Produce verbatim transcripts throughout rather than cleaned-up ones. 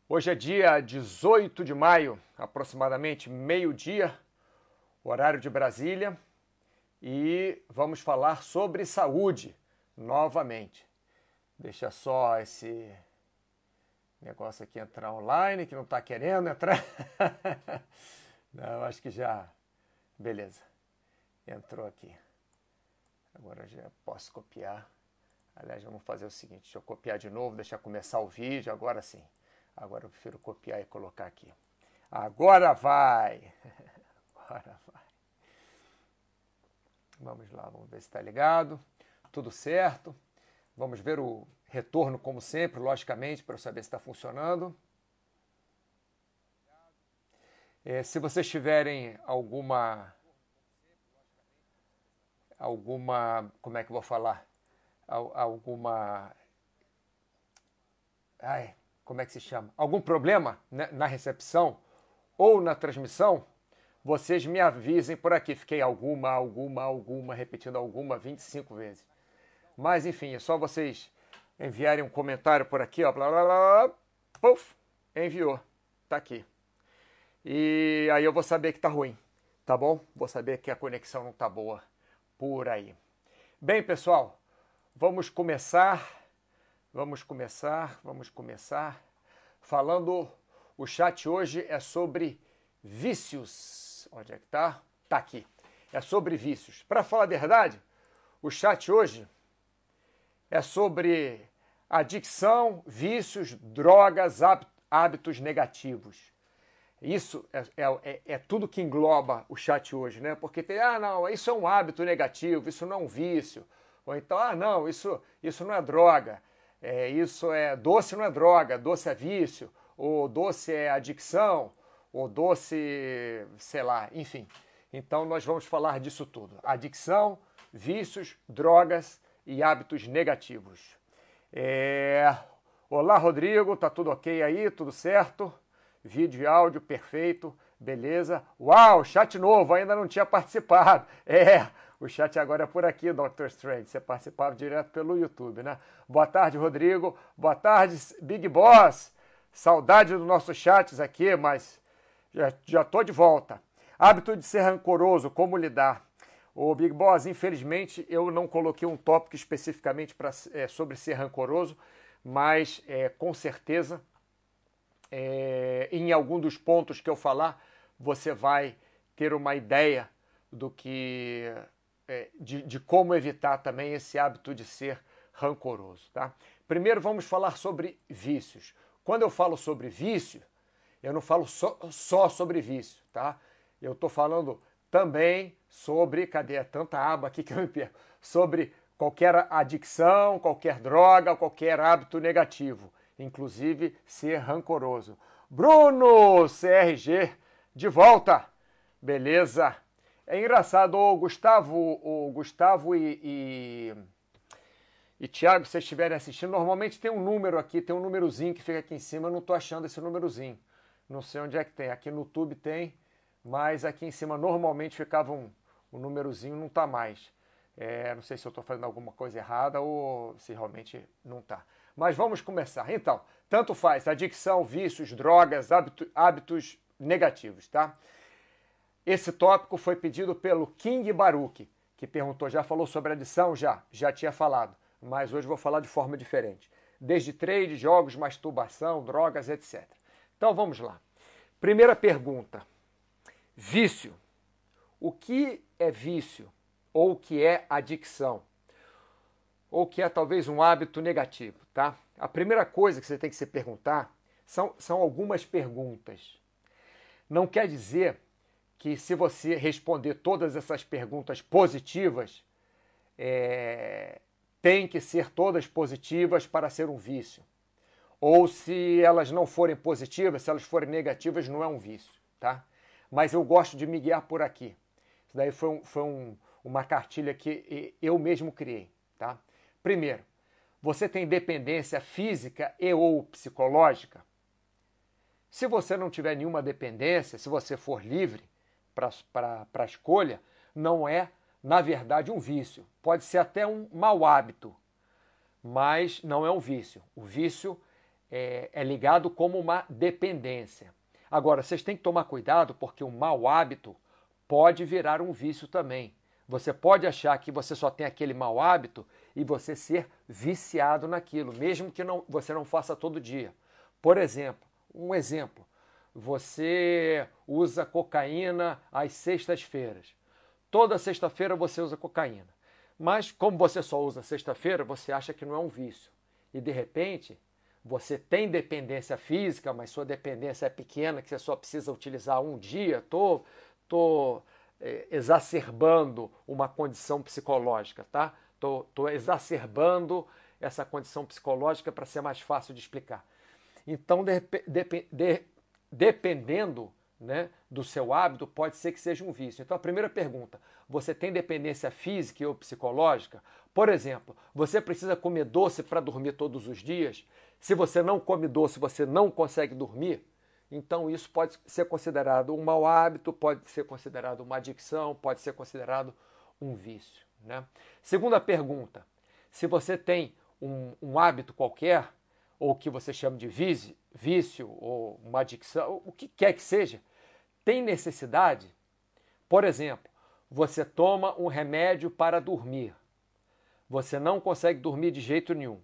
Hoje é dia dezoito de maio, aproximadamente meio-dia, horário de Brasília, e vamos falar sobre saúde novamente. Deixa só esse negócio aqui entrar online, que não está querendo entrar. Não, acho que já... Beleza, entrou aqui. Agora já posso copiar. Aliás, vamos fazer o seguinte, deixa eu copiar de novo, deixar começar o vídeo, agora sim. Agora eu prefiro copiar e colocar aqui. Agora vai! Agora vai. Vamos lá, vamos ver se está ligado. Tudo certo. Vamos ver o retorno, como sempre, logicamente, para eu saber se está funcionando. É, se vocês tiverem alguma... Alguma... Como é que eu vou falar? Alguma... Ai... Como é que se chama? Algum problema na recepção ou na transmissão, vocês me avisem por aqui. Fiquei alguma, alguma, alguma, repetindo alguma vinte e cinco vezes. Mas, enfim, é só vocês enviarem um comentário por aqui, ó. Blá, blá, blá, blá, puf, enviou. Tá aqui. E aí eu vou saber que tá ruim, tá bom? Vou saber que a conexão não tá boa por aí. Bem, pessoal, vamos começar... Vamos começar, vamos começar falando, o chat hoje é sobre vícios. Onde é que tá? Tá aqui. É sobre vícios. Para falar a verdade, o chat hoje é sobre adicção, vícios, drogas, hábitos negativos. Isso é, é, é tudo que engloba o chat hoje, né? Porque tem, ah, não, isso é um hábito negativo, isso não é um vício. Ou então, ah, não, isso, isso não é droga. É, isso é doce não é droga, doce é vício, ou doce é adicção, ou doce, sei lá, enfim. Então nós vamos falar disso tudo. Adicção, vícios, drogas e hábitos negativos. É... Olá, Rodrigo, tá tudo ok aí? Tudo certo? Vídeo e áudio perfeito, beleza? Uau, chat novo, ainda não tinha participado. É... O chat agora é por aqui, doutor Strange. Você participava direto pelo YouTube, né? Boa tarde, Rodrigo. Boa tarde, Big Boss. Saudade dos nossos chats aqui, mas já, já tô de volta. Hábito de ser rancoroso, como lidar? Ô, Big Boss, infelizmente eu não coloquei um tópico especificamente pra, é, sobre ser rancoroso, mas é, com certeza, é, em algum dos pontos que eu falar, você vai ter uma ideia do que... De, de como evitar também esse hábito de ser rancoroso, tá? Primeiro vamos falar sobre vícios. Quando eu falo sobre vício, eu não falo só, só sobre vício, tá? Eu estou falando também sobre, cadê? É tanta aba aqui que eu me perco, sobre qualquer adicção, qualquer droga, qualquer hábito negativo, inclusive ser rancoroso. Bruno, C R G, de volta, beleza? É engraçado, o Gustavo, o Gustavo e, e, e Thiago, se vocês estiverem assistindo, normalmente tem um número aqui, tem um númerozinho que fica aqui em cima, eu não estou achando esse númerozinho. Não sei onde é que tem. Aqui no YouTube tem, mas aqui em cima normalmente ficava um, um númerozinho, não está mais. É, não sei se eu estou fazendo alguma coisa errada ou se realmente não está. Mas vamos começar. Então, tanto faz, adicção, vícios, drogas, hábito, hábitos negativos, tá? Esse tópico foi pedido pelo King Baruch, que perguntou, já falou sobre adição? Já, já tinha falado, mas hoje vou falar de forma diferente. Desde trade, jogos, masturbação, drogas, etcétera. Então vamos lá. Primeira pergunta, vício. O que é vício? Ou o que é adicção? Ou o que é talvez um hábito negativo, tá? A primeira coisa que você tem que se perguntar são, são algumas perguntas. Não quer dizer que se você responder todas essas perguntas positivas, é, tem que ser todas positivas para ser um vício. Ou se elas não forem positivas, se elas forem negativas, não é um vício, tá? Mas eu gosto de me guiar por aqui. Isso daí foi, um, foi um, uma cartilha que eu mesmo criei, tá? Primeiro, você tem dependência física e ou psicológica? Se você não tiver nenhuma dependência, se você for livre, para a escolha, não é, na verdade, um vício. Pode ser até um mau hábito, mas não é um vício. O vício é, é ligado como uma dependência. Agora, vocês têm que tomar cuidado porque o mau hábito pode virar um vício também. Você pode achar que você só tem aquele mau hábito e você ser viciado naquilo, mesmo que não, você não faça todo dia. Por exemplo, um exemplo, você usa cocaína às sextas-feiras. Toda sexta-feira você usa cocaína. Mas como você só usa sexta-feira, você acha que não é um vício. E de repente, você tem dependência física, mas sua dependência é pequena, que você só precisa utilizar um dia. Estou tô, tô, é, exacerbando uma condição psicológica, tá? Tô, tô exacerbando essa condição psicológica para ser mais fácil de explicar. Então, de, de, de, dependendo, né, do seu hábito, pode ser que seja um vício. Então, a primeira pergunta, você tem dependência física ou psicológica? Por exemplo, você precisa comer doce para dormir todos os dias? Se você não come doce, você não consegue dormir? Então, isso pode ser considerado um mau hábito, pode ser considerado uma adicção, pode ser considerado um vício, né? Segunda pergunta, se você tem um, um hábito qualquer, ou que você chama de vício, vício ou uma adicção, o que quer que seja, tem necessidade? Por exemplo, você toma um remédio para dormir. Você não consegue dormir de jeito nenhum.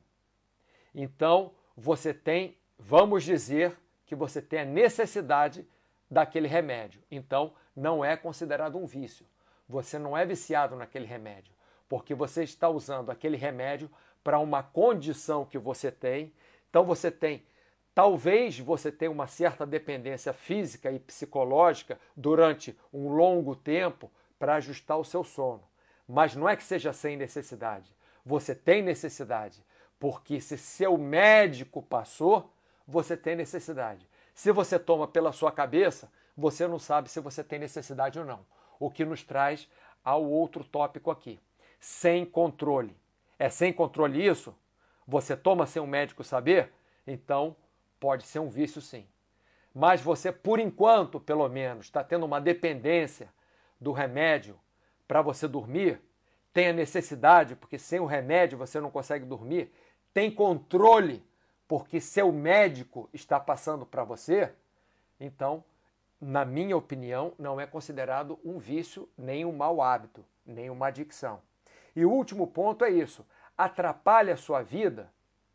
Então, você tem, vamos dizer, que você tem a necessidade daquele remédio. Então, não é considerado um vício. Você não é viciado naquele remédio, porque você está usando aquele remédio para uma condição que você tem. Então você tem, talvez você tenha uma certa dependência física e psicológica durante um longo tempo para ajustar o seu sono. Mas não é que seja sem necessidade. Você tem necessidade, porque se seu médico passou, você tem necessidade. Se você toma pela sua cabeça, você não sabe se você tem necessidade ou não. O que nos traz ao outro tópico aqui. Sem controle. É sem controle isso? Você toma sem o médico saber? Então, pode ser um vício sim. Mas você, por enquanto, pelo menos, está tendo uma dependência do remédio para você dormir, tem a necessidade, porque sem o remédio você não consegue dormir, tem controle, porque seu médico está passando para você, então, na minha opinião, não é considerado um vício, nem um mau hábito, nem uma adicção. E o último ponto é isso. Atrapalha a sua vida,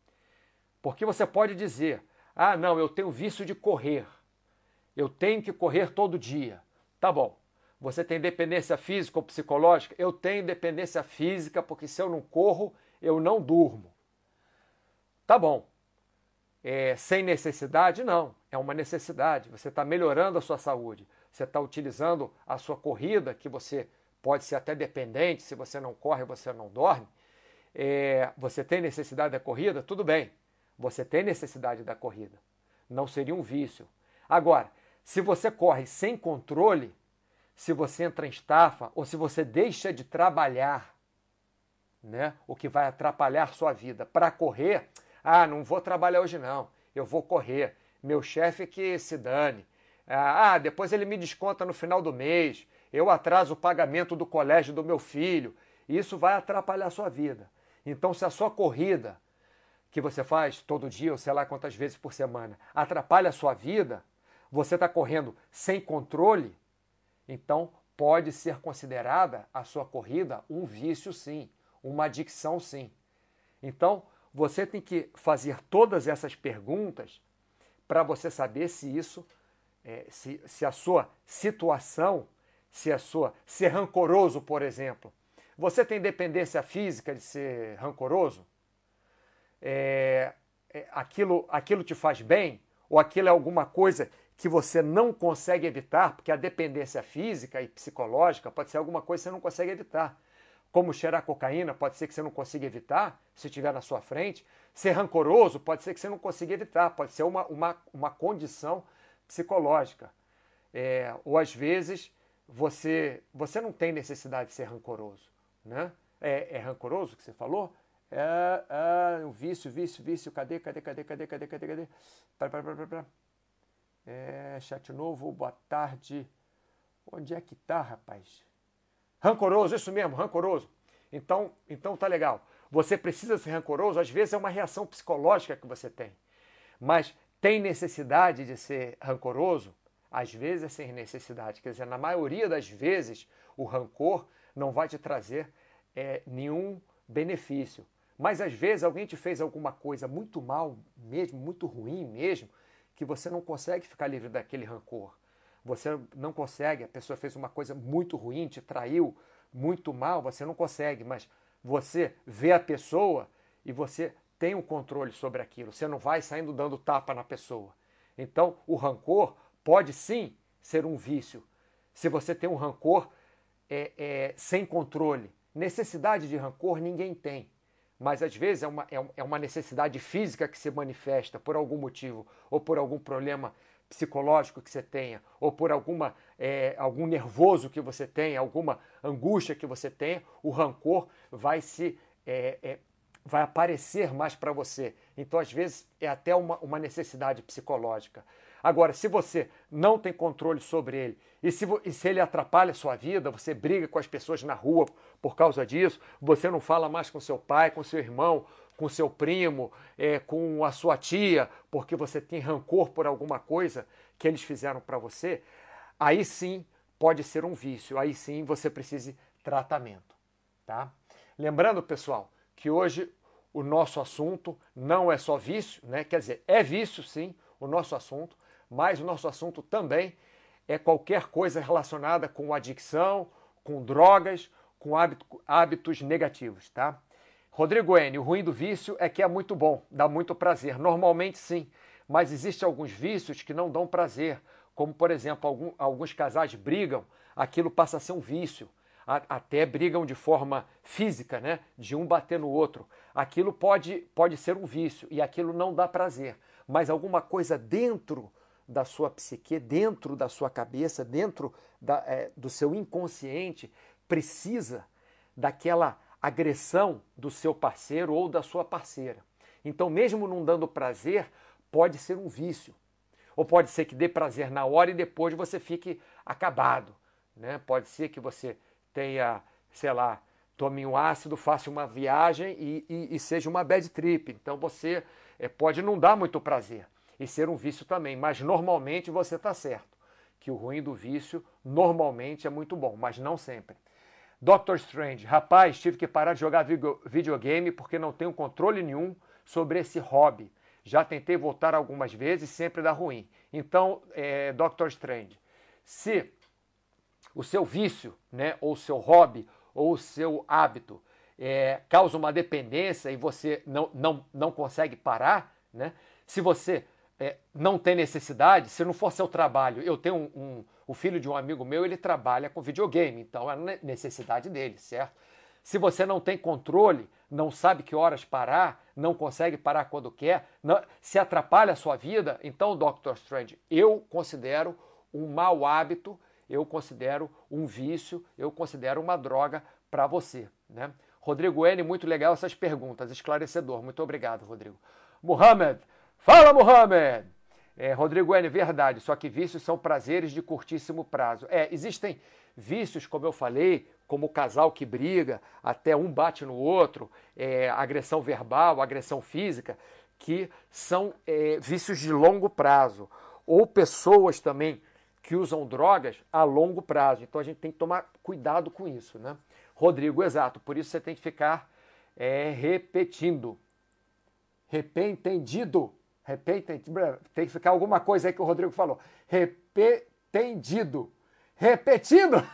porque você pode dizer, ah, não, eu tenho vício de correr, eu tenho que correr todo dia. Tá bom, você tem dependência física ou psicológica? Eu tenho dependência física, porque se eu não corro, eu não durmo. Tá bom, é, sem necessidade? Não, é uma necessidade, você está melhorando a sua saúde, você está utilizando a sua corrida, que você pode ser até dependente, se você não corre, você não dorme. É, você tem necessidade da corrida? Tudo bem, você tem necessidade da corrida. Não seria um vício. Agora, se você corre sem controle, se você entra em estafa ou se você deixa de trabalhar, né, o que vai atrapalhar sua vida, para correr, ah, não vou trabalhar hoje não, eu vou correr, meu chefe que se dane. Ah, depois ele me desconta no final do mês, eu atraso o pagamento do colégio do meu filho. Isso vai atrapalhar a sua vida. Então, se a sua corrida, que você faz todo dia, ou sei lá quantas vezes por semana, atrapalha a sua vida, você está correndo sem controle, então pode ser considerada a sua corrida um vício sim, uma adicção sim. Então, você tem que fazer todas essas perguntas para você saber se isso, é, se, se a sua situação, se a sua, ser rancoroso, por exemplo. Você tem dependência física de ser rancoroso? É, é, aquilo, aquilo te faz bem? Ou aquilo é alguma coisa que você não consegue evitar? Porque a dependência física e psicológica pode ser alguma coisa que você não consegue evitar. Como cheirar cocaína, pode ser que você não consiga evitar, se estiver na sua frente. Ser rancoroso, pode ser que você não consiga evitar, pode ser uma, uma, uma condição psicológica. É, ou às vezes você, você não tem necessidade de ser rancoroso. Né? É, é rancoroso que você falou? É, é, vício, vício, vício, cadê, cadê, cadê, cadê, cadê, cadê, cadê? Para, para, para, para. É, chat novo, boa tarde. Onde é que tá, rapaz? Rancoroso, isso mesmo, rancoroso. Então, então tá legal. Você precisa ser rancoroso, às vezes é uma reação psicológica que você tem. Mas tem necessidade de ser rancoroso? Às vezes é sem necessidade. Quer dizer, na maioria das vezes, o rancor não vai te trazer é, nenhum benefício. Mas às vezes alguém te fez alguma coisa muito mal mesmo, muito ruim mesmo, que você não consegue ficar livre daquele rancor. Você não consegue, a pessoa fez uma coisa muito ruim, te traiu muito mal, você não consegue, mas você vê a pessoa e você tem um controle sobre aquilo. Você não vai saindo dando tapa na pessoa. Então, o rancor pode sim ser um vício. Se você tem um rancor é, é, sem controle. Necessidade de rancor ninguém tem. Mas às vezes é uma, é uma necessidade física que se manifesta por algum motivo, ou por algum problema psicológico que você tenha, ou por alguma, é, algum nervoso que você tenha, alguma angústia que você tenha, o rancor vai se é, é, vai aparecer mais para você. Então, às vezes, é até uma, uma necessidade psicológica. Agora, se você não tem controle sobre ele, e se, e se ele atrapalha a sua vida, você briga com as pessoas na rua por causa disso, você não fala mais com seu pai, com seu irmão, com seu primo, é, com a sua tia, porque você tem rancor por alguma coisa que eles fizeram para você, aí sim pode ser um vício, aí sim você precisa de tratamento, tá? Lembrando, pessoal, que hoje o nosso assunto não é só vício, né? Quer dizer, é vício sim o nosso assunto, mas o nosso assunto também é qualquer coisa relacionada com adicção, com drogas, com hábitos negativos, tá? Rodrigo N., o ruim do vício é que é muito bom, dá muito prazer. Normalmente sim, mas existem alguns vícios que não dão prazer, como por exemplo, algum, alguns casais brigam, aquilo passa a ser um vício. Até brigam de forma física, né? De um bater no outro. Aquilo pode, pode ser um vício e aquilo não dá prazer. Mas alguma coisa dentro da sua psique, dentro da sua cabeça, dentro da, é, do seu inconsciente, precisa daquela agressão do seu parceiro ou da sua parceira. Então, mesmo não dando prazer, pode ser um vício. Ou pode ser que dê prazer na hora e depois você fique acabado, né? Pode ser que você tenha, sei lá, tome um ácido, faça uma viagem e, e, e seja uma bad trip. Então você é, pode não dar muito prazer e ser um vício também, mas normalmente você está certo, que o ruim do vício normalmente é muito bom, mas não sempre. doutor Strange, rapaz, tive que parar de jogar videogame porque não tenho controle nenhum sobre esse hobby. Já tentei voltar algumas vezes, sempre dá ruim. Então, é, doutor Strange, se o seu vício, né, ou o seu hobby, ou o seu hábito é, causa uma dependência e você não, não, não consegue parar, né? Se você é, não tem necessidade, se não for seu trabalho, eu tenho um, um, o filho de um amigo meu, ele trabalha com videogame, então é a necessidade dele, certo? Se você não tem controle, não sabe que horas parar, não consegue parar quando quer, não, se atrapalha a sua vida, então, doutor Strange, eu considero um mau hábito, eu considero um vício, eu considero uma droga para você, né? Rodrigo N., muito legal essas perguntas, esclarecedor. Muito obrigado, Rodrigo. Mohamed, fala, Mohamed! É, Rodrigo N., verdade, só que vícios são prazeres de curtíssimo prazo. É, existem vícios, como eu falei, como o casal que briga, até um bate no outro, é, agressão verbal, agressão física, que são é, vícios de longo prazo. Ou pessoas também que usam drogas a longo prazo. Então a gente tem que tomar cuidado com isso, né? Rodrigo, exato. Por isso você tem que ficar é, repetindo. Repentendido. Repentendido. Tem que ficar alguma coisa aí que o Rodrigo falou. Repentendido. Repetindo.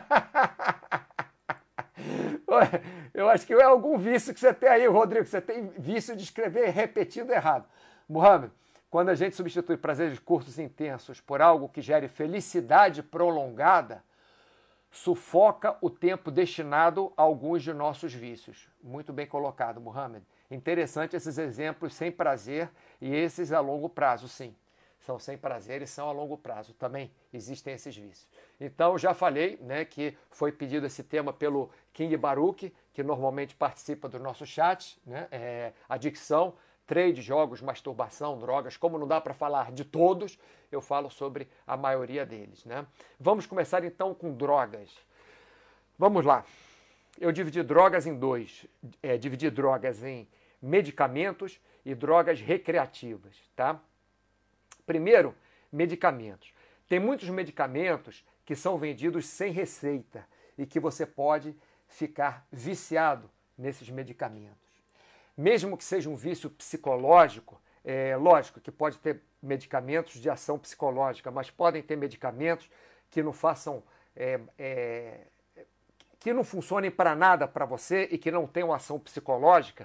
Eu acho que é algum vício que você tem aí, Rodrigo. Você tem vício de escrever repetido errado. Mohamed, quando a gente substitui prazeres curtos e intensos por algo que gere felicidade prolongada, sufoca o tempo destinado a alguns de nossos vícios. Muito bem colocado, Mohamed. Interessante esses exemplos sem prazer e esses a longo prazo, sim. São sem prazer e são a longo prazo. Também existem esses vícios. Então, já falei, né, que foi pedido esse tema pelo King Baruch, que normalmente participa do nosso chat, né, é, adicção, trade, jogos, masturbação, drogas. Como não dá para falar de todos, eu falo sobre a maioria deles, né? Vamos começar então com drogas. Vamos lá. Eu dividi drogas em dois. É, dividi drogas em medicamentos e drogas recreativas, tá? Primeiro, medicamentos. Tem muitos medicamentos que são vendidos sem receita e que você pode ficar viciado nesses medicamentos. Mesmo que seja um vício psicológico, é lógico que pode ter medicamentos de ação psicológica, mas podem ter medicamentos que não façam, é, é, que não funcionem para nada para você e que não tenham ação psicológica,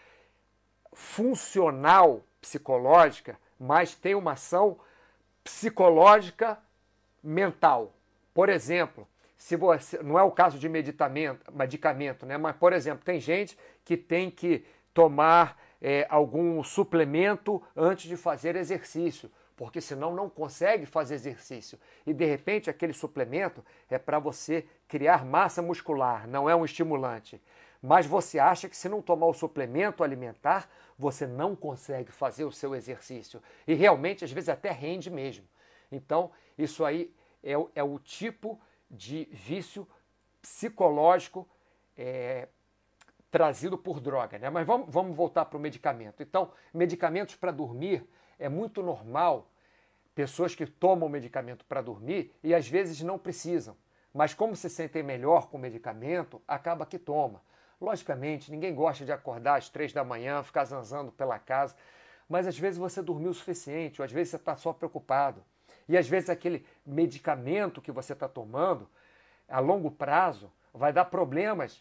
funcional psicológica, mas tem uma ação psicológica mental. Por exemplo, se você, não é o caso de medicamento, medicamento, né? Mas, por exemplo, tem gente que tem que tomar é, algum suplemento antes de fazer exercício, porque senão não consegue fazer exercício. E, de repente, aquele suplemento é para você criar massa muscular, não é um estimulante. Mas você acha que se não tomar o suplemento alimentar, você não consegue fazer o seu exercício. E realmente, às vezes, até rende mesmo. Então, isso aí é, é o tipo de vício psicológico é, trazido por droga, né? Mas vamos, vamos voltar para o medicamento. Então, medicamentos para dormir é muito normal. Pessoas que tomam medicamento para dormir e às vezes não precisam. Mas como se sentem melhor com o medicamento, acaba que toma. Logicamente, ninguém gosta de acordar às três da manhã, ficar zanzando pela casa, mas às vezes você dormiu o suficiente, ou às vezes você está só preocupado. E às vezes aquele medicamento que você está tomando, a longo prazo, vai dar problemas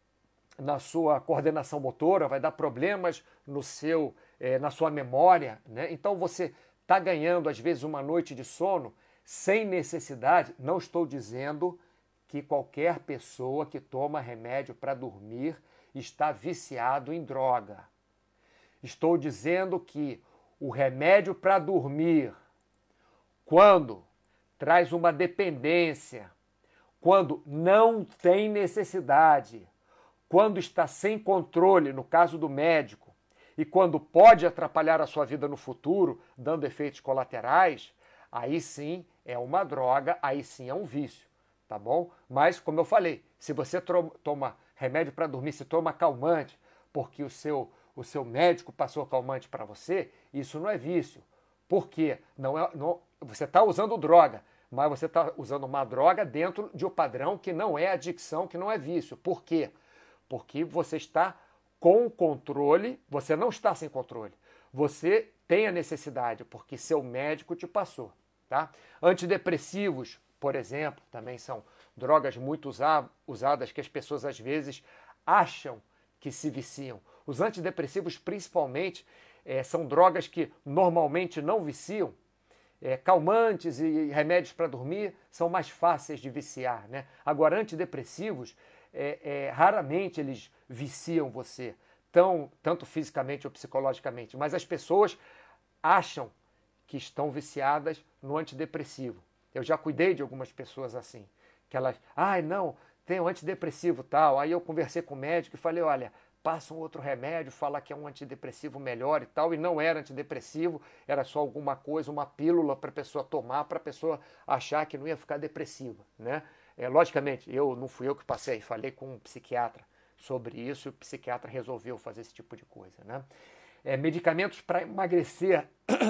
na sua coordenação motora, vai dar problemas no seu, eh, na sua memória, né? Então você está ganhando, às vezes, uma noite de sono sem necessidade. Não estou dizendo que qualquer pessoa que toma remédio para dormir está viciado em droga. Estou dizendo que o remédio para dormir, quando traz uma dependência, quando não tem necessidade, quando está sem controle, no caso do médico, e quando pode atrapalhar a sua vida no futuro, dando efeitos colaterais, aí sim é uma droga, aí sim é um vício, tá bom? Mas, como eu falei, se você toma remédio para dormir, se toma calmante, porque o seu, o seu médico passou calmante para você, isso não é vício. Por quê? Não é, não, você está usando droga, mas você está usando uma droga dentro de um padrão que não é adicção, que não é vício. Por quê? Porque você está com controle, você não está sem controle. Você tem a necessidade, porque seu médico te passou, tá? Antidepressivos, por exemplo, também são drogas muito usa- usadas que as pessoas às vezes acham que se viciam. Os antidepressivos, principalmente, é, são drogas que normalmente não viciam. É, calmantes e remédios para dormir são mais fáceis de viciar, né? Agora, antidepressivos, é, é, raramente eles viciam você, tão, tanto fisicamente ou psicologicamente, mas as pessoas acham que estão viciadas no antidepressivo. Eu já cuidei de algumas pessoas assim, que elas, ai, não, tem um antidepressivo tal. Aí eu conversei com o médico e falei, olha, passa um outro remédio, fala que é um antidepressivo melhor e tal, e não era antidepressivo, era só alguma coisa, uma pílula para a pessoa tomar, para a pessoa achar que não ia ficar depressiva, né? É, logicamente, eu não fui eu que passei, falei com um psiquiatra sobre isso e o psiquiatra resolveu fazer esse tipo de coisa, né? É, medicamentos para emagrecer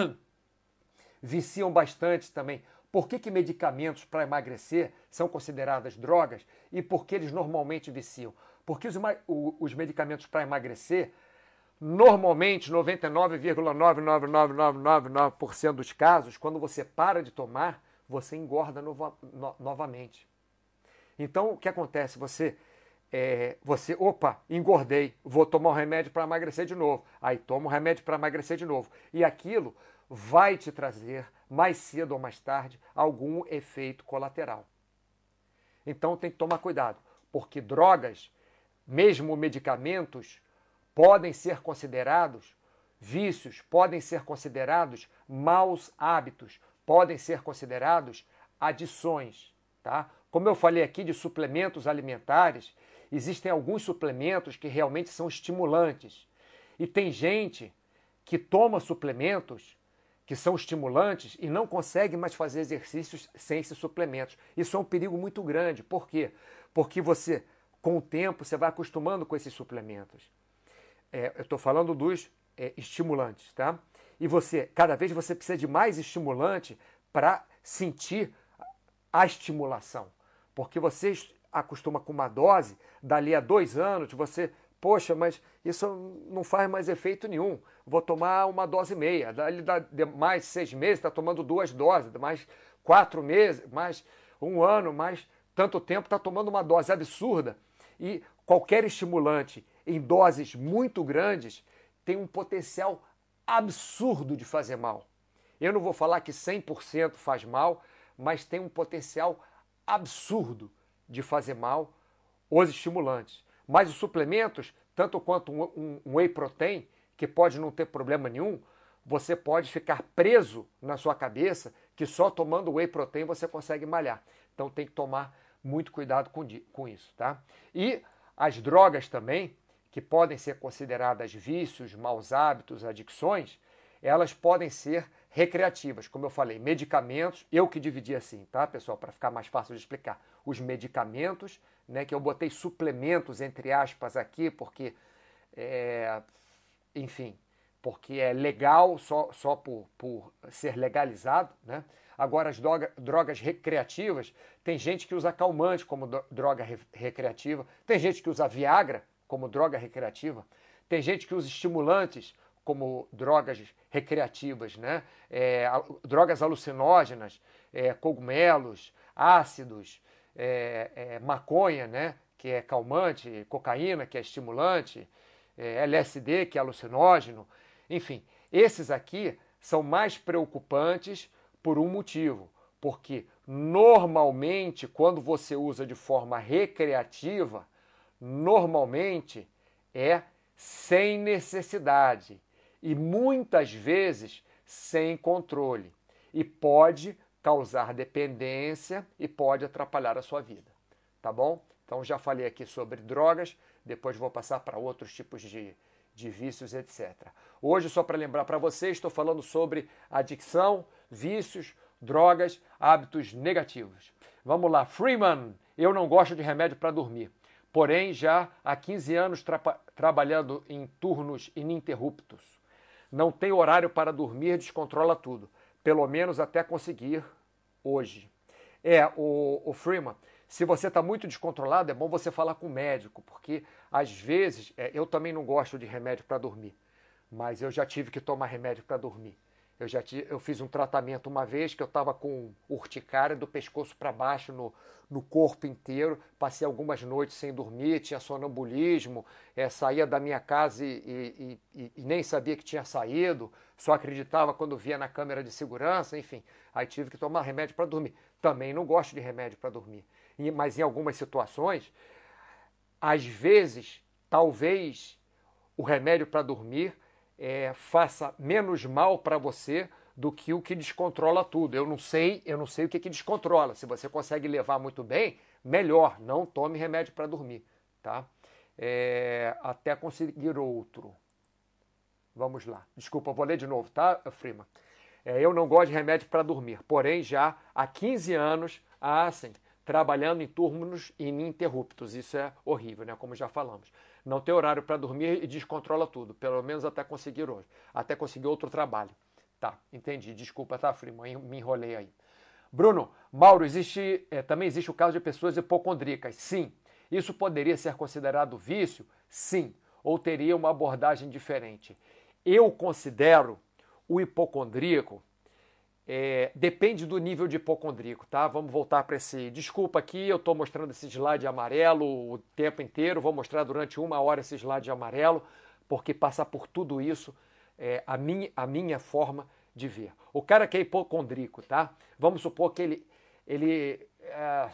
viciam bastante também. Por que que medicamentos para emagrecer são considerados drogas e por que eles normalmente viciam? Porque os, os medicamentos para emagrecer, normalmente, noventa e nove vírgula nove nove nove nove nove nove por cento dos casos, quando você para de tomar, você engorda nova, no, novamente. Então, o que acontece? Você, é, você, opa, engordei, vou tomar um remédio para emagrecer de novo. Aí toma um remédio para emagrecer de novo. E aquilo vai te trazer, mais cedo ou mais tarde, algum efeito colateral. Então, tem que tomar cuidado, porque drogas, mesmo medicamentos, podem ser considerados vícios, podem ser considerados maus hábitos, podem ser considerados adições, tá? Como eu falei aqui de suplementos alimentares, existem alguns suplementos que realmente são estimulantes. E tem gente que toma suplementos que são estimulantes e não consegue mais fazer exercícios sem esses suplementos. Isso é um perigo muito grande. Por quê? Porque você, com o tempo, você vai acostumando com esses suplementos. É, eu estou falando dos é, estimulantes, tá? E você, cada vez você precisa de mais estimulante para sentir a estimulação. Porque você acostuma com uma dose, dali a dois anos, você, poxa, mas isso não faz mais efeito nenhum. Vou tomar uma dose meia. Dali a mais seis meses, está tomando duas doses, mais quatro meses, mais um ano, mais tanto tempo, está tomando uma dose absurda. E qualquer estimulante em doses muito grandes tem um potencial absurdo de fazer mal. Eu não vou falar que cem por cento faz mal, mas tem um potencial absurdo de fazer mal os estimulantes. Mas os suplementos, tanto quanto um, um, um whey protein, que pode não ter problema nenhum, você pode ficar preso na sua cabeça que só tomando whey protein você consegue malhar. Então tem que tomar muito cuidado com, com isso, tá? E as drogas também, que podem ser consideradas vícios, maus hábitos, adicções, elas podem ser recreativas, como eu falei, medicamentos, eu que dividi assim, tá, pessoal, para ficar mais fácil de explicar. Os medicamentos, né, que eu botei suplementos entre aspas aqui, porque, é, enfim, porque é legal só, só por, por ser legalizado, né? Agora, as droga, drogas recreativas, tem gente que usa calmante como droga re, recreativa, tem gente que usa Viagra como droga recreativa, tem gente que usa estimulantes como drogas recreativas, né? É, drogas alucinógenas, é, cogumelos, ácidos, é, é, maconha, né? Que é calmante, cocaína, que é estimulante, é, L S D, que é alucinógeno. Enfim, esses aqui são mais preocupantes por um motivo, porque normalmente quando você usa de forma recreativa, normalmente é sem necessidade e muitas vezes sem controle e pode causar dependência e pode atrapalhar a sua vida, tá bom? Então já falei aqui sobre drogas, depois vou passar para outros tipos de, de vícios, etcétera. Hoje, só para lembrar para vocês, estou falando sobre adicção, vícios, drogas, hábitos negativos. Vamos lá, Freeman, eu não gosto de remédio para dormir. Porém, já há quinze anos tra trabalhando em turnos ininterruptos. Não tem horário para dormir, descontrola tudo. Pelo menos até conseguir hoje. É, o, o Freeman, se você está muito descontrolado, é bom você falar com o médico, porque às vezes, é, eu também não gosto de remédio para dormir, mas eu já tive que tomar remédio para dormir. Eu já tive, eu fiz um tratamento uma vez que eu estava com urticária do pescoço para baixo no, no corpo inteiro. Passei algumas noites sem dormir, tinha sonambulismo, é, saía da minha casa e, e, e, e nem sabia que tinha saído, só acreditava quando via na câmera de segurança, enfim. Aí tive que tomar remédio para dormir. Também não gosto de remédio para dormir, e, mas em algumas situações, às vezes, talvez o remédio para dormir É, faça menos mal para você do que o que descontrola tudo. Eu não sei, eu não sei o que, que descontrola. Se você consegue levar muito bem, melhor. Não tome remédio para dormir, tá? É, até conseguir outro. Vamos lá. Desculpa, vou ler de novo, tá, Freeman? É, eu não gosto de remédio para dormir, porém já há quinze anos, assim, trabalhando em turnos ininterruptos. Isso é horrível, né? Como já falamos. Não tem horário para dormir e descontrola tudo, pelo menos até conseguir hoje, até conseguir outro trabalho. Tá, entendi. Desculpa, tá, Freeman? Me enrolei aí. Bruno, Mauro, existe, é, também existe o caso de pessoas hipocondríacas. Sim. Isso poderia ser considerado vício? Sim. Ou teria uma abordagem diferente? Eu considero o hipocondríaco, É, depende do nível de hipocondríaco, tá? Vamos voltar para esse... Desculpa aqui, eu estou mostrando esse slide amarelo o tempo inteiro, vou mostrar durante uma hora esse slide amarelo, porque passa por tudo isso é a minha, a minha forma de ver. O cara que é hipocondríaco, tá? Vamos supor que ele... ele é,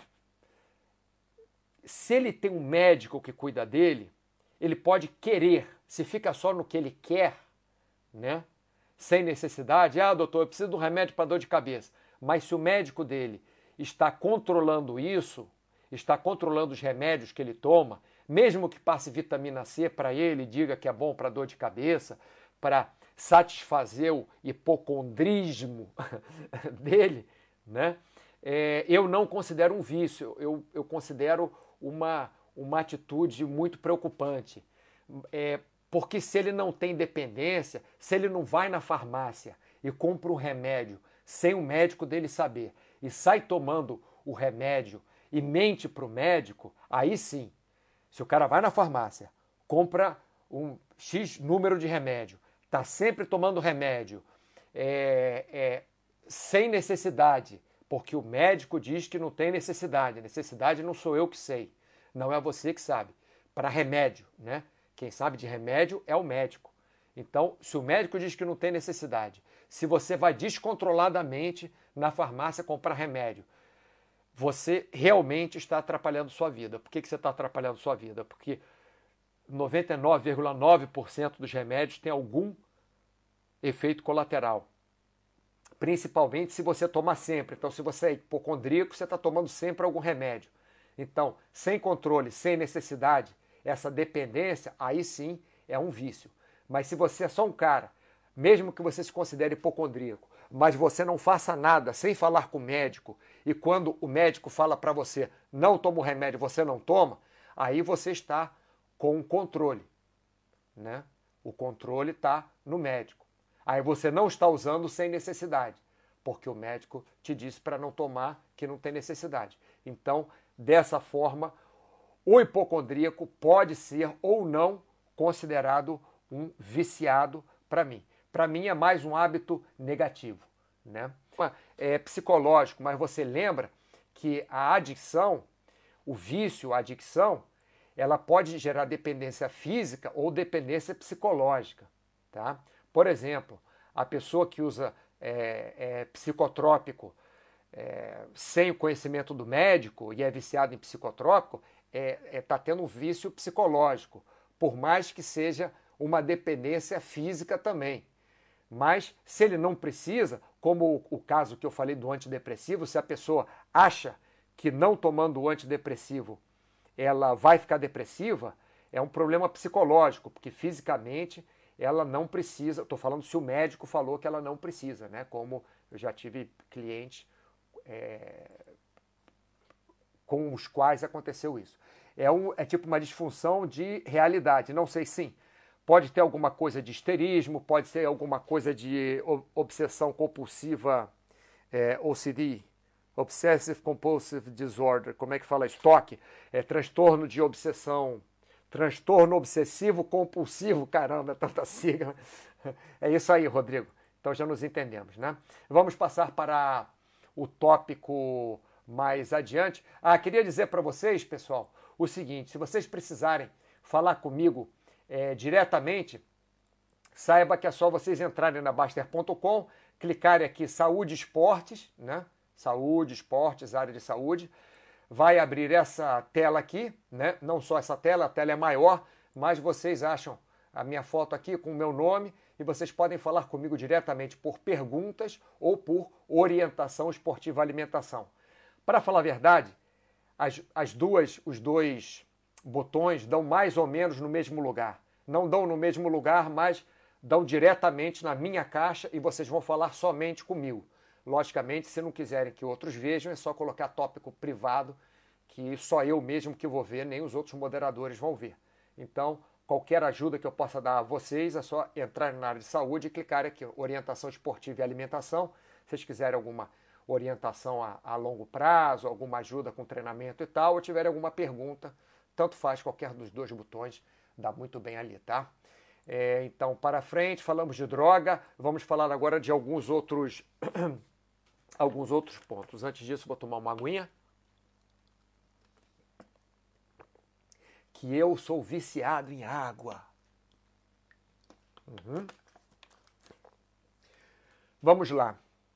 se ele tem um médico que cuida dele, ele pode querer, se fica só no que ele quer, né? Sem necessidade, ah, doutor, eu preciso de um remédio para dor de cabeça. Mas se o médico dele está controlando isso, está controlando os remédios que ele toma, mesmo que passe vitamina C para ele, diga que é bom para dor de cabeça, para satisfazer o hipocondrismo dele, né? É, eu não considero um vício, eu, eu considero uma, uma atitude muito preocupante. É, Porque se ele não tem dependência, se ele não vai na farmácia e compra um remédio sem o médico dele saber e sai tomando o remédio e mente para o médico, aí sim, se o cara vai na farmácia, compra um X número de remédio, está sempre tomando remédio, é, é, sem necessidade, porque o médico diz que não tem necessidade. Necessidade não sou eu que sei, não é você que sabe. Para remédio, né? Quem sabe de remédio é o médico. Então, se o médico diz que não tem necessidade, se você vai descontroladamente na farmácia comprar remédio, você realmente está atrapalhando sua vida. Por que, que você está atrapalhando sua vida? Porque noventa e nove vírgula nove por cento dos remédios tem algum efeito colateral. Principalmente se você toma sempre. Então, se você é hipocondríaco, você está tomando sempre algum remédio. Então, sem controle, sem necessidade, essa dependência, aí sim é um vício. Mas se você é só um cara, mesmo que você se considere hipocondríaco, mas você não faça nada sem falar com o médico, e quando o médico fala para você, não toma o remédio, você não toma, aí você está com o controle, né? O controle está no médico. Aí você não está usando sem necessidade, porque o médico te disse para não tomar, que não tem necessidade. Então, dessa forma, o hipocondríaco pode ser ou não considerado um viciado para mim. Para mim é mais um hábito negativo, né? É psicológico, mas você lembra que a adicção, o vício, a adicção, ela pode gerar dependência física ou dependência psicológica, tá? Por exemplo, a pessoa que usa é, é, psicotrópico é, sem o conhecimento do médico e é viciado em psicotrópico, está é, é, tá tendo um vício psicológico, por mais que seja uma dependência física também. Mas se ele não precisa, como o, o caso que eu falei do antidepressivo, se a pessoa acha que não tomando o antidepressivo ela vai ficar depressiva, é um problema psicológico, porque fisicamente ela não precisa. Estou falando se o médico falou que ela não precisa, né? Como eu já tive clientes é, com os quais aconteceu isso. É, um, é tipo uma disfunção de realidade. Não sei, sim. Pode ter alguma coisa de histerismo, pode ser alguma coisa de obsessão compulsiva, é, O C D, Obsessive Compulsive Disorder, como é que fala? Estoque, é transtorno de obsessão, transtorno obsessivo compulsivo, caramba, é tanta sigla. É isso aí, Rodrigo. Então já nos entendemos, né? Vamos passar para o tópico mais adiante. Ah, queria dizer para vocês, pessoal, o seguinte: se vocês precisarem falar comigo é, diretamente, saiba que é só vocês entrarem na Baster ponto com, clicarem aqui Saúde e Esportes, né? Saúde, esportes, área de saúde. Vai abrir essa tela aqui, né? Não só essa tela, a tela é maior, mas vocês acham a minha foto aqui com o meu nome e vocês podem falar comigo diretamente por perguntas ou por orientação esportiva alimentação. Para falar a verdade, as, as duas, os dois botões dão mais ou menos no mesmo lugar. Não dão no mesmo lugar, mas dão diretamente na minha caixa e vocês vão falar somente comigo. Logicamente, se não quiserem que outros vejam, é só colocar tópico privado, que só eu mesmo que vou ver, nem os outros moderadores vão ver. Então, qualquer ajuda que eu possa dar a vocês, é só entrar na área de saúde e clicar aqui, orientação esportiva e alimentação. Se vocês quiserem alguma orientação a, a longo prazo, alguma ajuda com treinamento e tal, ou tiverem alguma pergunta, tanto faz, qualquer dos dois botões, dá muito bem ali, tá? É, então, para frente, falamos de droga, vamos falar agora de alguns outros... alguns outros pontos. Antes disso, vou tomar uma aguinha. Que eu sou viciado em água. Uhum. Vamos lá.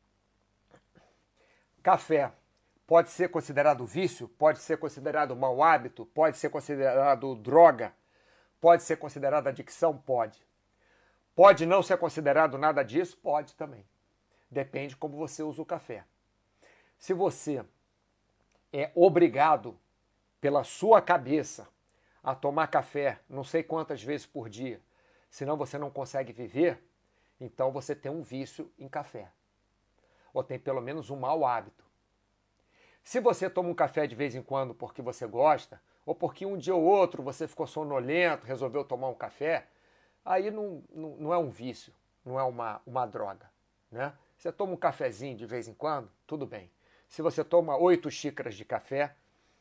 Café pode ser considerado vício? Pode ser considerado mau hábito? Pode ser considerado droga? Pode ser considerado adicção? Pode. Pode não ser considerado nada disso? Pode também. Depende como você usa o café. Se você é obrigado pela sua cabeça a tomar café não sei quantas vezes por dia, senão você não consegue viver, então você tem um vício em café. Ou tem pelo menos um mau hábito. Se você toma um café de vez em quando porque você gosta, ou porque um dia ou outro você ficou sonolento, resolveu tomar um café, aí não, não, não é um vício, não é uma, uma droga, né? Você toma um cafezinho de vez em quando, tudo bem. Se você toma oito xícaras de café,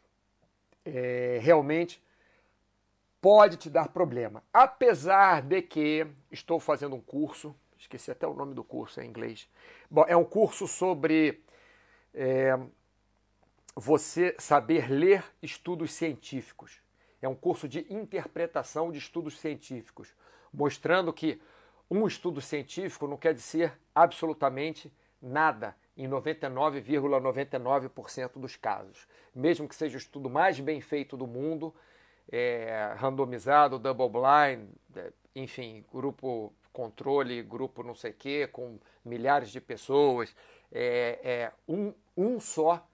é, realmente pode te dar problema. Apesar de que estou fazendo um curso, esqueci até o nome do curso em inglês. Bom, é um curso sobre é, você saber ler estudos científicos. É um curso de interpretação de estudos científicos, mostrando que um estudo científico não quer dizer absolutamente nada em noventa e nove vírgula noventa e nove por cento dos casos. Mesmo que seja o estudo mais bem feito do mundo, é, randomizado, double blind, enfim, grupo controle, grupo não sei o quê, com milhares de pessoas, é, é, um, um só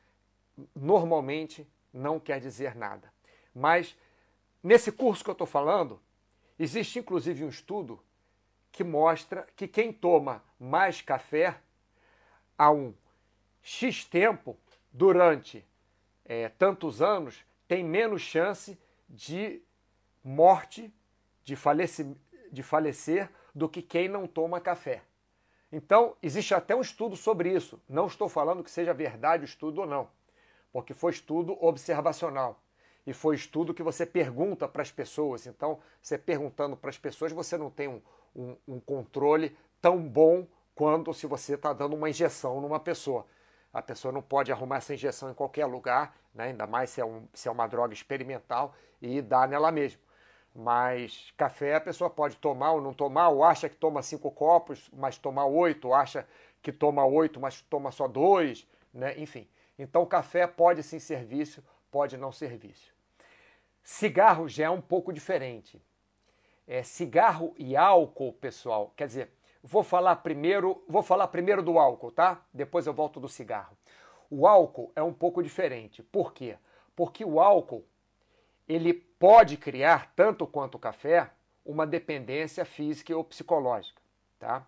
normalmente não quer dizer nada. Mas nesse curso que eu estou falando, existe inclusive um estudo que mostra que quem toma mais café há um X tempo, durante é, tantos anos, tem menos chance de morte, de falecer, de falecer do que quem não toma café. Então, existe até um estudo sobre isso. Não estou falando que seja verdade o estudo ou não, porque foi estudo observacional. E foi estudo que você pergunta para as pessoas. Então, você perguntando para as pessoas, você não tem um, um, um controle tão bom quanto se você está dando uma injeção numa pessoa. A pessoa não pode arrumar essa injeção em qualquer lugar, né? Ainda mais se é, um, se é uma droga experimental, e dar nela mesmo. Mas café a pessoa pode tomar ou não tomar, ou acha que toma cinco copos, mas toma oito, ou acha que toma oito, mas toma só dois, né? Enfim. Então café pode sim ser vício, pode não ser vício. Cigarro já é um pouco diferente. É, cigarro e álcool, pessoal, quer dizer, vou falar primeiro, vou falar primeiro do álcool, tá? Depois eu volto do cigarro. O álcool é um pouco diferente. Por quê? Porque o álcool, ele pode criar, tanto quanto o café, uma dependência física ou psicológica, tá?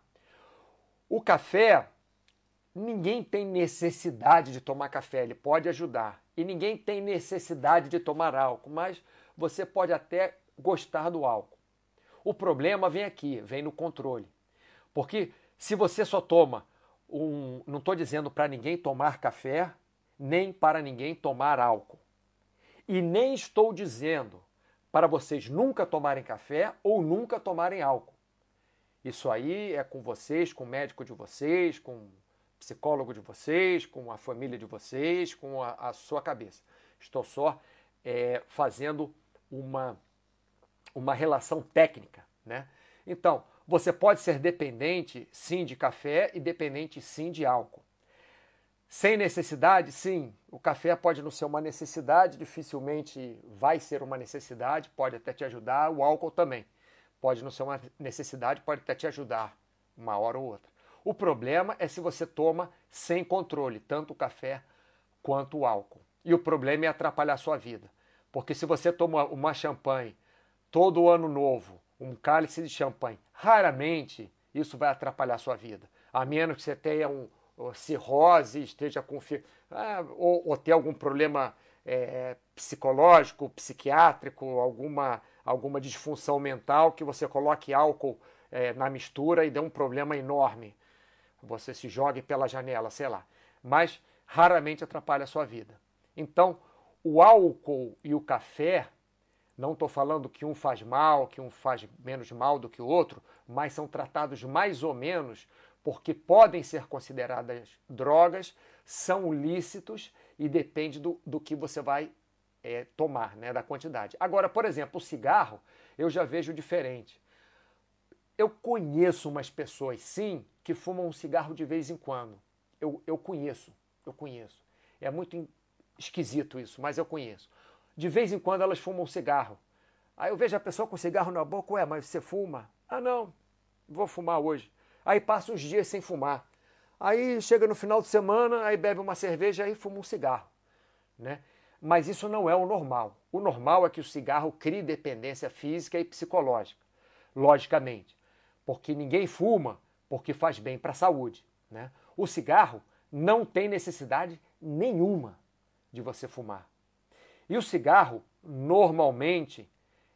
O café, ninguém tem necessidade de tomar café, ele pode ajudar. E ninguém tem necessidade de tomar álcool, mas você pode até gostar do álcool. O problema vem aqui, vem no controle. Porque se você só toma um... Não estou dizendo para ninguém tomar café, nem para ninguém tomar álcool. E nem estou dizendo para vocês nunca tomarem café ou nunca tomarem álcool. Isso aí é com vocês, com o médico de vocês, com o psicólogo de vocês, com a família de vocês, com a, a sua cabeça. Estou só é, fazendo uma, uma relação técnica, né? Então, você pode ser dependente, sim, de café e dependente, sim, de álcool. Sem necessidade, sim. O café pode não ser uma necessidade, dificilmente vai ser uma necessidade, pode até te ajudar. O álcool também. Pode não ser uma necessidade, pode até te ajudar uma hora ou outra. O problema é se você toma sem controle, tanto o café quanto o álcool. E o problema é atrapalhar a sua vida. Porque se você toma uma champanhe todo ano novo, um cálice de champanhe, raramente isso vai atrapalhar a sua vida. A menos que você tenha um cirrose, esteja com ah, ou, ou ter algum problema é, psicológico, psiquiátrico, alguma, alguma disfunção mental, que você coloque álcool é, na mistura e dê um problema enorme. Você se jogue pela janela, sei lá. Mas raramente atrapalha a sua vida. Então, o álcool e o café, não estou falando que um faz mal, que um faz menos mal do que o outro, mas são tratados mais ou menos porque podem ser consideradas drogas, são lícitos e depende do, do que você vai é, tomar, né, da quantidade. Agora, por exemplo, o cigarro, eu já vejo diferente. Eu conheço umas pessoas, sim, que fumam um cigarro de vez em quando. Eu, eu conheço, eu conheço. É muito esquisito isso, mas eu conheço. De vez em quando elas fumam um cigarro. Aí eu vejo a pessoa com cigarro na boca, ué, mas você fuma? Ah, não, vou fumar hoje. Aí passa uns dias sem fumar. Aí chega no final de semana, aí bebe uma cerveja e fuma um cigarro, né? Mas isso não é o normal. O normal é que o cigarro crie dependência física e psicológica, logicamente. Porque ninguém fuma porque faz bem para a saúde, né? O cigarro não tem necessidade nenhuma de você fumar. E o cigarro, normalmente,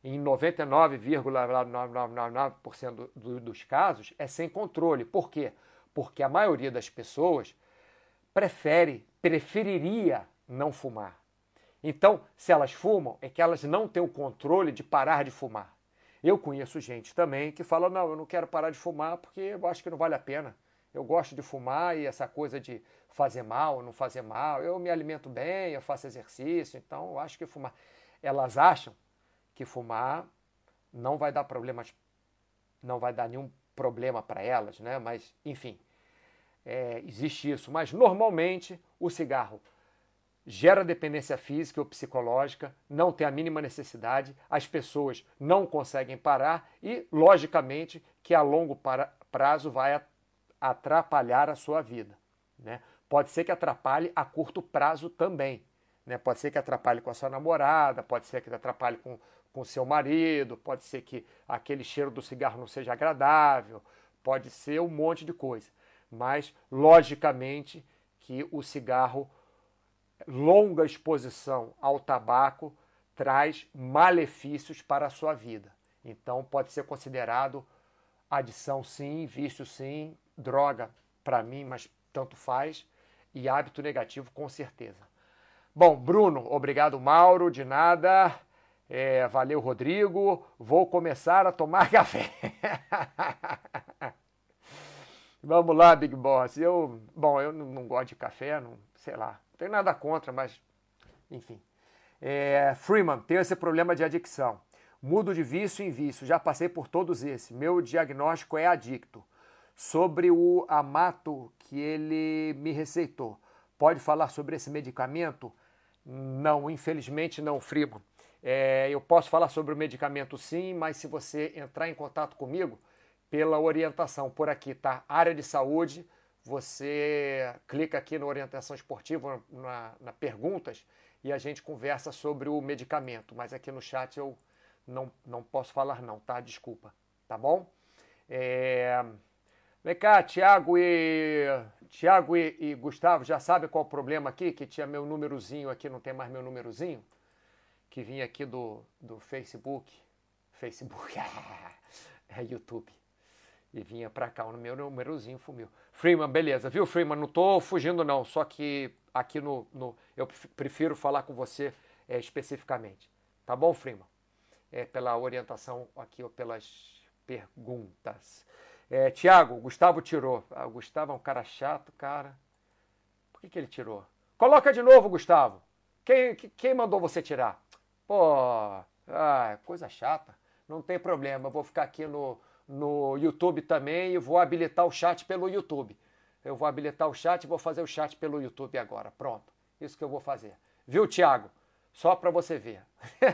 em noventa e nove vírgula nove nove nove por cento do, do, dos casos, é sem controle. Por quê? Porque a maioria das pessoas prefere, preferiria não fumar. Então, se elas fumam, é que elas não têm o controle de parar de fumar. Eu conheço gente também que fala, não, eu não quero parar de fumar porque eu acho que não vale a pena. Eu gosto de fumar e essa coisa de fazer mal ou não fazer mal, eu me alimento bem, eu faço exercício, então eu acho que fumar... Elas acham que fumar não vai dar problemas, não vai dar nenhum problema para elas, né? Mas, enfim, é, existe isso. Mas, normalmente, o cigarro gera dependência física ou psicológica, não tem a mínima necessidade, as pessoas não conseguem parar e, logicamente, que a longo prazo vai atrapalhar a sua vida, né? Pode ser que atrapalhe a curto prazo também, né? Pode ser que atrapalhe com a sua namorada, pode ser que atrapalhe com com seu marido, pode ser que aquele cheiro do cigarro não seja agradável, pode ser um monte de coisa. Mas, logicamente, que o cigarro, longa exposição ao tabaco, traz malefícios para a sua vida. Então, pode ser considerado adição sim, vício sim, droga para mim, mas tanto faz, e hábito negativo com certeza. Bom, Bruno, obrigado, Mauro, de nada. É, valeu, Rodrigo. Vou começar a tomar café. Vamos lá, Big Boss. Eu, bom, eu não, não gosto de café, não, sei lá. Não tenho nada contra, mas, enfim. É, Freeman, tenho esse problema de adicção. Mudo de vício em vício. Já passei por todos esses. Meu diagnóstico é adicto. Sobre o Amato que ele me receitou. Pode falar sobre esse medicamento? Não, infelizmente não, Freeman. É, eu posso falar sobre o medicamento sim, mas se você entrar em contato comigo, pela orientação por aqui, tá? Área de saúde, você clica aqui na orientação esportiva, na, na perguntas, e a gente conversa sobre o medicamento. Mas aqui no chat eu não, não posso falar não, tá? Desculpa, tá bom? É... Vem cá, Tiago e, Thiago e, e Gustavo, já sabe qual o problema aqui? Que tinha meu númerozinho aqui, não tem mais meu númerozinho? Que vinha aqui do, do Facebook, Facebook, é YouTube, e vinha pra cá, o meu númerozinho fumiu. Freeman, beleza, viu, Freeman? Não tô fugindo não, só que aqui no, no eu prefiro falar com você é, especificamente, tá bom, Freeman? É, pela orientação aqui, ou pelas perguntas. É, Tiago, Gustavo tirou. Ah, o Gustavo é um cara chato, cara. Por que, que ele tirou? Coloca de novo, Gustavo. Quem, quem mandou você tirar? Pô, ah, coisa chata. Não tem problema, eu vou ficar aqui no, no YouTube também e vou habilitar o chat pelo YouTube. Eu vou habilitar o chat e vou fazer o chat pelo YouTube agora. Pronto, isso que eu vou fazer. Viu, Thiago? Só para você ver.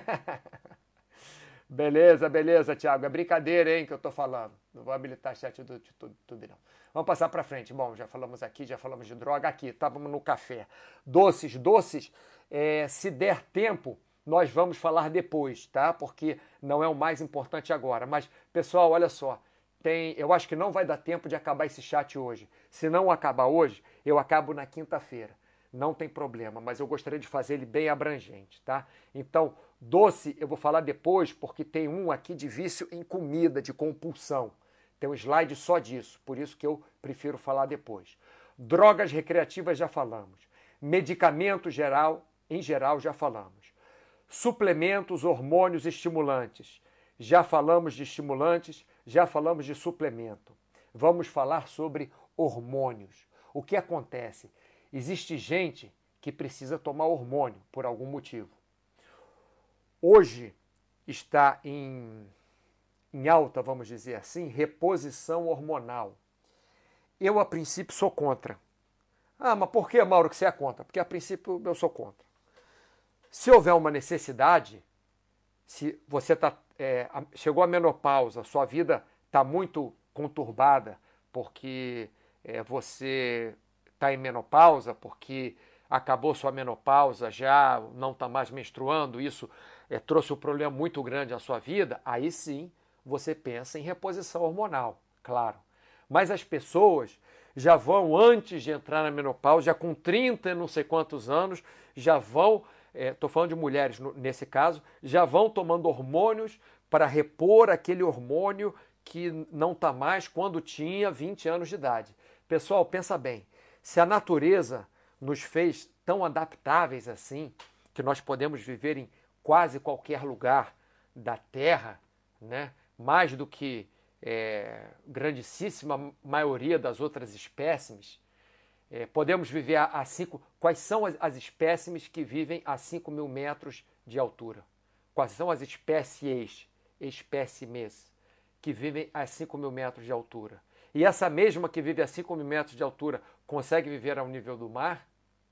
Beleza, beleza, Thiago. É brincadeira, hein, que eu tô falando. Não vou habilitar o chat do YouTube, não. Vamos passar para frente. Bom, já falamos aqui, já falamos de droga. Aqui, estávamos no café. Doces, doces, é, se der tempo, nós vamos falar depois, tá? Porque não é o mais importante agora. Mas, pessoal, olha só. Tem, eu acho que não vai dar tempo de acabar esse chat hoje. Se não acabar hoje, eu acabo na quinta-feira. Não tem problema, mas eu gostaria de fazer ele bem abrangente, tá? Então, doce eu vou falar depois, porque tem um aqui de vício em comida, de compulsão. Tem um slide só disso, por isso que eu prefiro falar depois. Drogas recreativas já falamos. Medicamento geral, em geral, já falamos. Suplementos, hormônios, estimulantes. Já falamos de estimulantes, já falamos de suplemento. Vamos falar sobre hormônios. O que acontece? Existe gente que precisa tomar hormônio por algum motivo. Hoje está em, em alta, vamos dizer assim, reposição hormonal. Eu, a princípio, sou contra. Ah, mas por que, Mauro, que você é contra? Porque, a princípio, eu sou contra. Se houver uma necessidade, se você tá, é, chegou à menopausa, sua vida está muito conturbada, porque é, você está em menopausa, porque acabou sua menopausa, já não está mais menstruando, isso é, trouxe um problema muito grande à sua vida, aí sim você pensa em reposição hormonal, claro. Mas as pessoas já vão, antes de entrar na menopausa, já com trinta e não sei quantos anos, já vão estou falando de mulheres no, nesse caso, já vão tomando hormônios para repor aquele hormônio que não está mais quando tinha vinte anos de idade. Pessoal, pensa bem, se a natureza nos fez tão adaptáveis assim, que nós podemos viver em quase qualquer lugar da Terra, né? Mais do que é, grandíssima maioria das outras espécimes, é, podemos viver a, a cinco... Quais são as, as espécimes que vivem a cinco mil metros de altura? Quais são as espécies, espécimes, que vivem a cinco mil metros de altura? E essa mesma que vive a cinco mil metros de altura consegue viver ao nível do mar?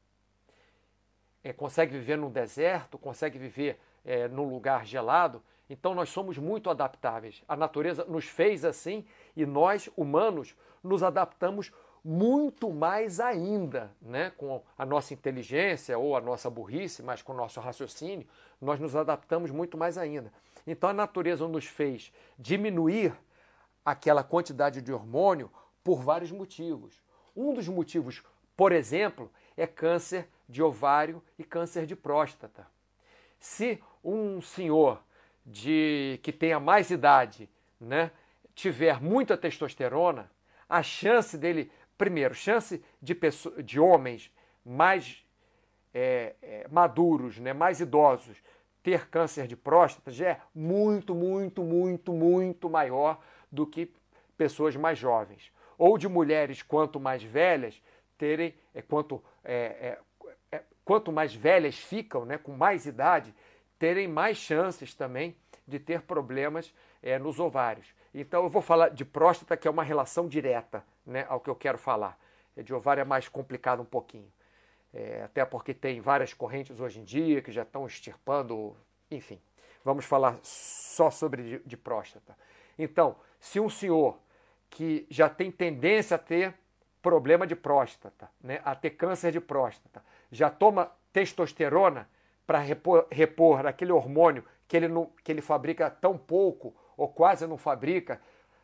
É, consegue viver num deserto? Consegue viver é, num lugar gelado? Então nós somos muito adaptáveis. A natureza nos fez assim e nós, humanos, nos adaptamos muito mais ainda, né? Com a nossa inteligência ou a nossa burrice, mas com o nosso raciocínio, nós nos adaptamos muito mais ainda. Então a natureza nos fez diminuir aquela quantidade de hormônio por vários motivos. Um dos motivos, por exemplo, é câncer de ovário e câncer de próstata. Se um senhor de que tenha mais idade, né, tiver muita testosterona, a chance dele, primeiro, chance de, pessoa, de homens mais é, é, maduros, né, mais idosos, ter câncer de próstata já é muito, muito, muito, muito maior do que pessoas mais jovens. Ou de mulheres, quanto mais velhas, terem, é, quanto, é, é, é, quanto mais velhas ficam, né, com mais idade, terem mais chances também de ter problemas é, nos ovários. Então eu vou falar de próstata, que é uma relação direta, né, ao que eu quero falar. De ovário é mais complicado um pouquinho. É, até porque tem várias correntes hoje em dia que já estão extirpando, enfim. Vamos falar só sobre de, de próstata. Então, se um senhor que já tem tendência a ter problema de próstata, né, a ter câncer de próstata, já toma testosterona para repor, repor aquele hormônio que ele, não, que ele fabrica tão pouco ou quase não fabrica,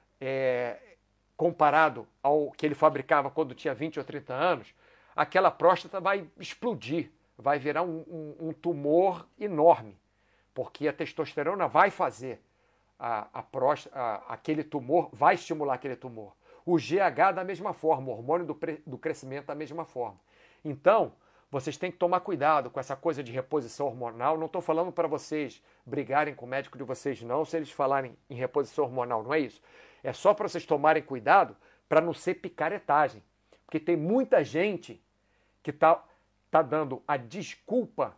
é, comparado ao que ele fabricava quando tinha vinte ou trinta anos, aquela próstata vai explodir, vai virar um, um, um tumor enorme, porque a testosterona vai fazer a, a próstata, a, aquele tumor, vai estimular aquele tumor. O G H da mesma forma, o hormônio do, pre, do crescimento da mesma forma. Então, vocês têm que tomar cuidado com essa coisa de reposição hormonal. Não estou falando para vocês brigarem com o médico de vocês, não, se eles falarem em reposição hormonal, não é isso. É só para vocês tomarem cuidado para não ser picaretagem. Porque tem muita gente que está tá dando a desculpa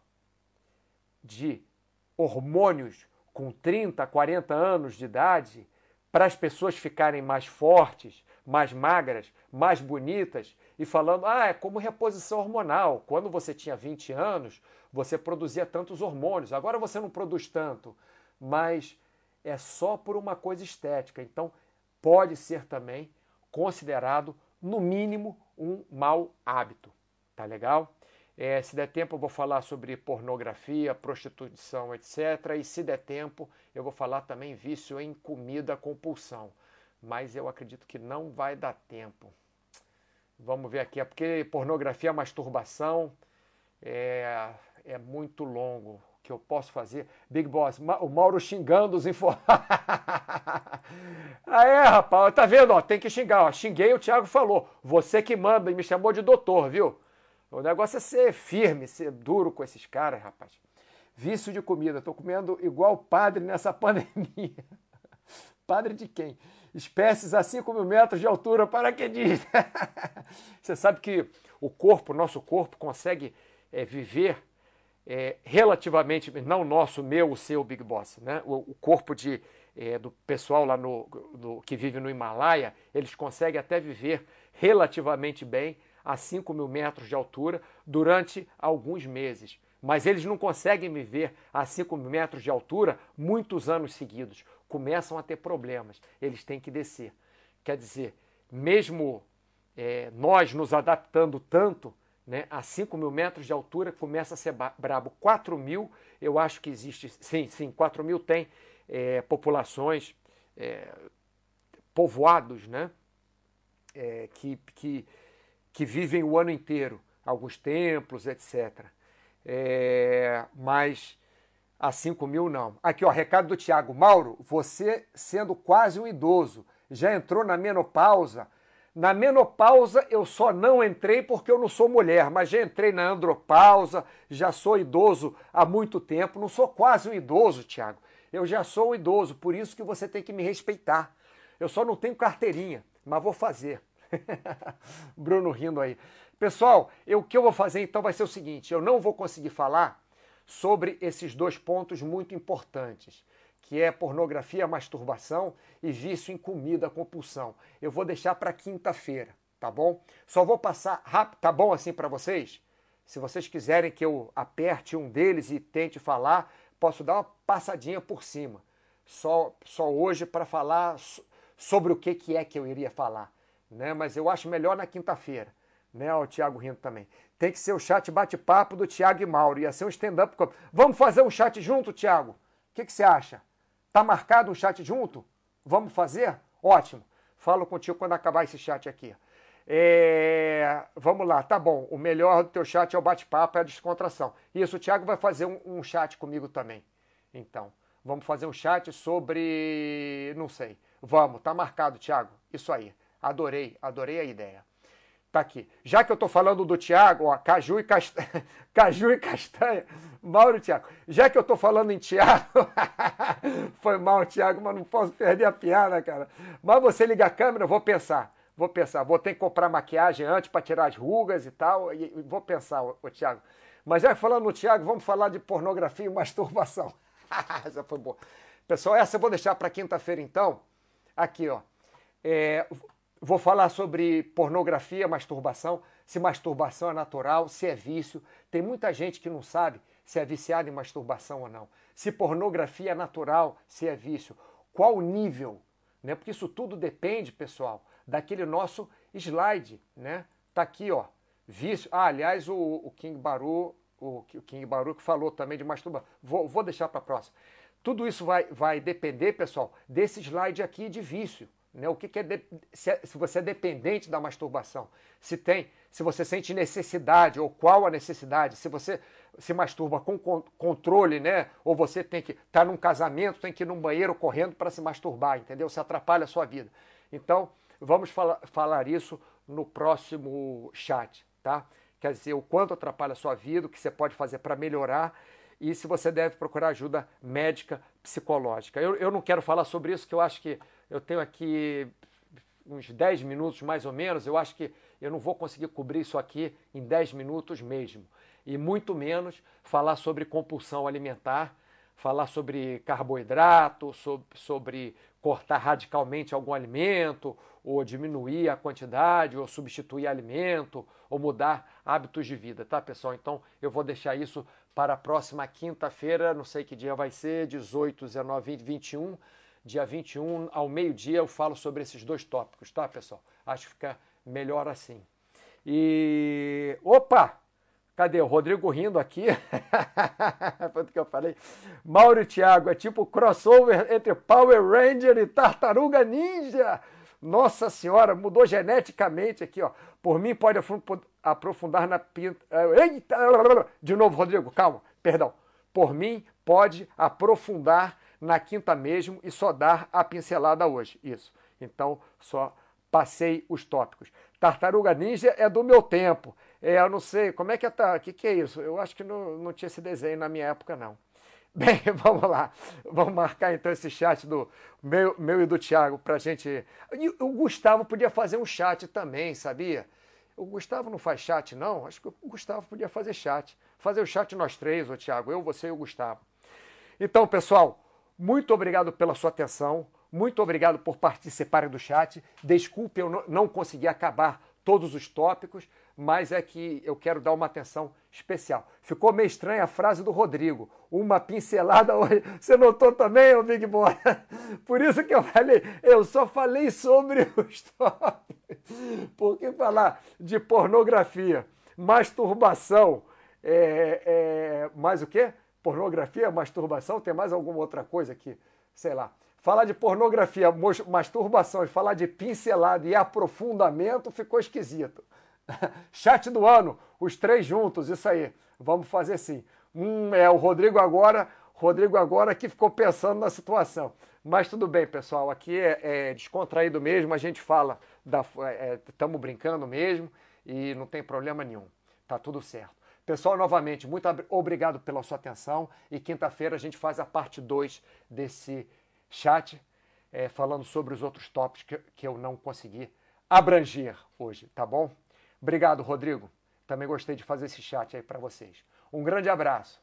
de hormônios com trinta, quarenta anos de idade para as pessoas ficarem mais fortes, mais magras, mais bonitas e falando, ah, é como reposição hormonal. Quando você tinha vinte anos, você produzia tantos hormônios, agora você não produz tanto, mas é só por uma coisa estética. Então, pode ser também considerado, no mínimo, um mau hábito. Tá legal? É, se der tempo, eu vou falar sobre pornografia, prostituição, etcétera. E se der tempo, eu vou falar também vício em comida, compulsão. Mas eu acredito que não vai dar tempo. Vamos ver aqui, é porque pornografia, masturbação, é, é muito longo. O que eu posso fazer? Big Boss, o Mauro xingando os informados. Ah, é, rapaz, tá vendo? Ó, tem que xingar. Ó. Xinguei, o Thiago falou. Você que manda e me chamou de doutor, viu? O negócio é ser firme, ser duro com esses caras, rapaz. Vício de comida. Tô comendo igual padre nessa pandemia. Padre de quem? Espécies a cinco mil metros de altura, para que diz? Você sabe que o corpo, nosso corpo, consegue é, viver é, relativamente, não o nosso, meu, o seu, Big Boss, né? O, o corpo de, é, do pessoal lá no, no, que vive no Himalaia, eles conseguem até viver relativamente bem a cinco mil metros de altura durante alguns meses. Mas eles não conseguem viver a cinco mil metros de altura muitos anos seguidos. Começam a ter problemas. Eles têm que descer. Quer dizer, mesmo é, nós nos adaptando tanto, né, a cinco mil metros de altura começa a ser brabo. quatro mil, eu acho que existe, sim, sim, quatro mil tem é, populações, é, povoados, né, é, que, que, que vivem o ano inteiro, alguns templos, etcétera. É, mas a cinco mil não. Aqui, ó, recado do Tiago. Mauro, você sendo quase um idoso, já entrou na menopausa? Na menopausa eu só não entrei porque eu não sou mulher, mas já entrei na andropausa, já sou idoso há muito tempo. Não sou quase um idoso, Tiago. Eu já sou um idoso, por isso que você tem que me respeitar. Eu só não tenho carteirinha, mas vou fazer. Bruno rindo aí. Pessoal, eu, o que eu vou fazer então vai ser o seguinte, eu não vou conseguir falar sobre esses dois pontos muito importantes, que é pornografia, masturbação e vício em comida, compulsão. Eu vou deixar para quinta-feira, tá bom? Só vou passar rápido, tá bom assim para vocês? Se vocês quiserem que eu aperte um deles e tente falar, posso dar uma passadinha por cima. Só, só hoje para falar sobre o que, que é que eu iria falar, né? Mas eu acho melhor na quinta-feira. Né, o Thiago rindo também. Tem que ser o chat bate-papo do Thiago e Mauro. Ia ser um stand-up. Vamos fazer um chat junto, Thiago? O que, que você acha? Tá marcado um chat junto? Vamos fazer? Ótimo. Falo contigo quando acabar esse chat aqui. É... Vamos lá, tá bom. O melhor do teu chat é o bate-papo, é a descontração. Isso, o Thiago vai fazer um, um chat comigo também. Então, vamos fazer um chat sobre... Não sei. Vamos, tá marcado, Thiago. Isso aí. Adorei, adorei a ideia. Tá aqui. Já que eu tô falando do Tiago, ó, caju e castanha, caju e castanha, Mauro e Tiago. Já que eu tô falando em Tiago, foi mal, Tiago, mas não posso perder a piada, cara. Mas você liga a câmera, eu vou pensar. Vou pensar. Vou ter que comprar maquiagem antes para tirar as rugas e tal. E vou pensar, o Tiago. Mas já falando no Tiago, vamos falar de pornografia e masturbação. Essa foi boa. Pessoal, essa eu vou deixar para quinta-feira, então. Aqui, ó. É... Vou falar sobre pornografia, masturbação, se masturbação é natural, se é vício. Tem muita gente que não sabe se é viciado em masturbação ou não. Se pornografia é natural, se é vício. Qual o nível? Né? Porque isso tudo depende, pessoal, daquele nosso slide. Né? Tá aqui, ó, vício. Ah, aliás, o, o King Baru, o, o King Baru que falou também de masturbação. Vou, vou deixar para a próxima. Tudo isso vai, vai depender, pessoal, desse slide aqui de vício. Né? O que, que é, de, se é se você é dependente da masturbação, se tem, se você sente necessidade ou qual a necessidade, se você se masturba com controle, né? Ou você tem que estar tá num casamento, tem que ir num banheiro correndo para se masturbar, entendeu? Se atrapalha a sua vida. Então, vamos fala, falar isso no próximo chat, tá? Quer dizer, o quanto atrapalha a sua vida, o que você pode fazer para melhorar e se você deve procurar ajuda médica, psicológica. Eu, eu não quero falar sobre isso, que eu acho que eu tenho aqui uns dez minutos mais ou menos, eu acho que eu não vou conseguir cobrir isso aqui em dez minutos mesmo. E muito menos falar sobre compulsão alimentar, falar sobre carboidrato, sobre, sobre cortar radicalmente algum alimento, ou diminuir a quantidade, ou substituir alimento, ou mudar hábitos de vida, tá, pessoal? Então eu vou deixar isso para a próxima quinta-feira, não sei que dia vai ser, dezoito, dezenove, vinte, vinte e um. Dia vinte e um, ao meio-dia, eu falo sobre esses dois tópicos, tá, pessoal? Acho que fica melhor assim. E... Opa! Cadê? O Rodrigo rindo aqui. Foi o que eu falei. Mauro e Thiago, é tipo crossover entre Power Ranger e Tartaruga Ninja. Nossa Senhora, mudou geneticamente aqui, ó. Por mim, pode aprofundar na pinta... Eita! De novo, Rodrigo, calma, perdão. Por mim, pode aprofundar na quinta mesmo e só dar a pincelada hoje. Isso. Então, só passei os tópicos. Tartaruga Ninja é do meu tempo. É, eu não sei, como é que é? O que, que é isso? Eu acho que não, não tinha esse desenho na minha época, não. Bem, vamos lá. Vamos marcar então esse chat do meu, meu e do Thiago pra gente... E o Gustavo podia fazer um chat também, sabia? O Gustavo não faz chat, não? Acho que o Gustavo podia fazer chat. Fazer o chat nós três, o Thiago, eu, você e o Gustavo. Então, pessoal, muito obrigado pela sua atenção, muito obrigado por participarem do chat. Desculpe eu não conseguir acabar todos os tópicos, mas é que eu quero dar uma atenção especial. Ficou meio estranha a frase do Rodrigo, uma pincelada hoje. Você notou também, ô Big Boy? Por isso que eu falei, eu só falei sobre os tópicos. Porque falar de pornografia, masturbação, é, é, mais o quê? Pornografia, masturbação, tem mais alguma outra coisa aqui? Sei lá. Falar de pornografia, masturbação e falar de pincelado e aprofundamento ficou esquisito. Chat do ano, os três juntos, isso aí. Vamos fazer assim. Hum, é o Rodrigo agora, Rodrigo agora que ficou pensando na situação. Mas tudo bem, pessoal. Aqui é, é descontraído mesmo, a gente fala, estamos é, brincando mesmo e não tem problema nenhum. Tá tudo certo. Pessoal, novamente, muito obrigado pela sua atenção e quinta-feira a gente faz a parte dois desse chat, é, falando sobre os outros tópicos que, que eu não consegui abranger hoje, tá bom? Obrigado, Rodrigo. Também gostei de fazer esse chat aí para vocês. Um grande abraço.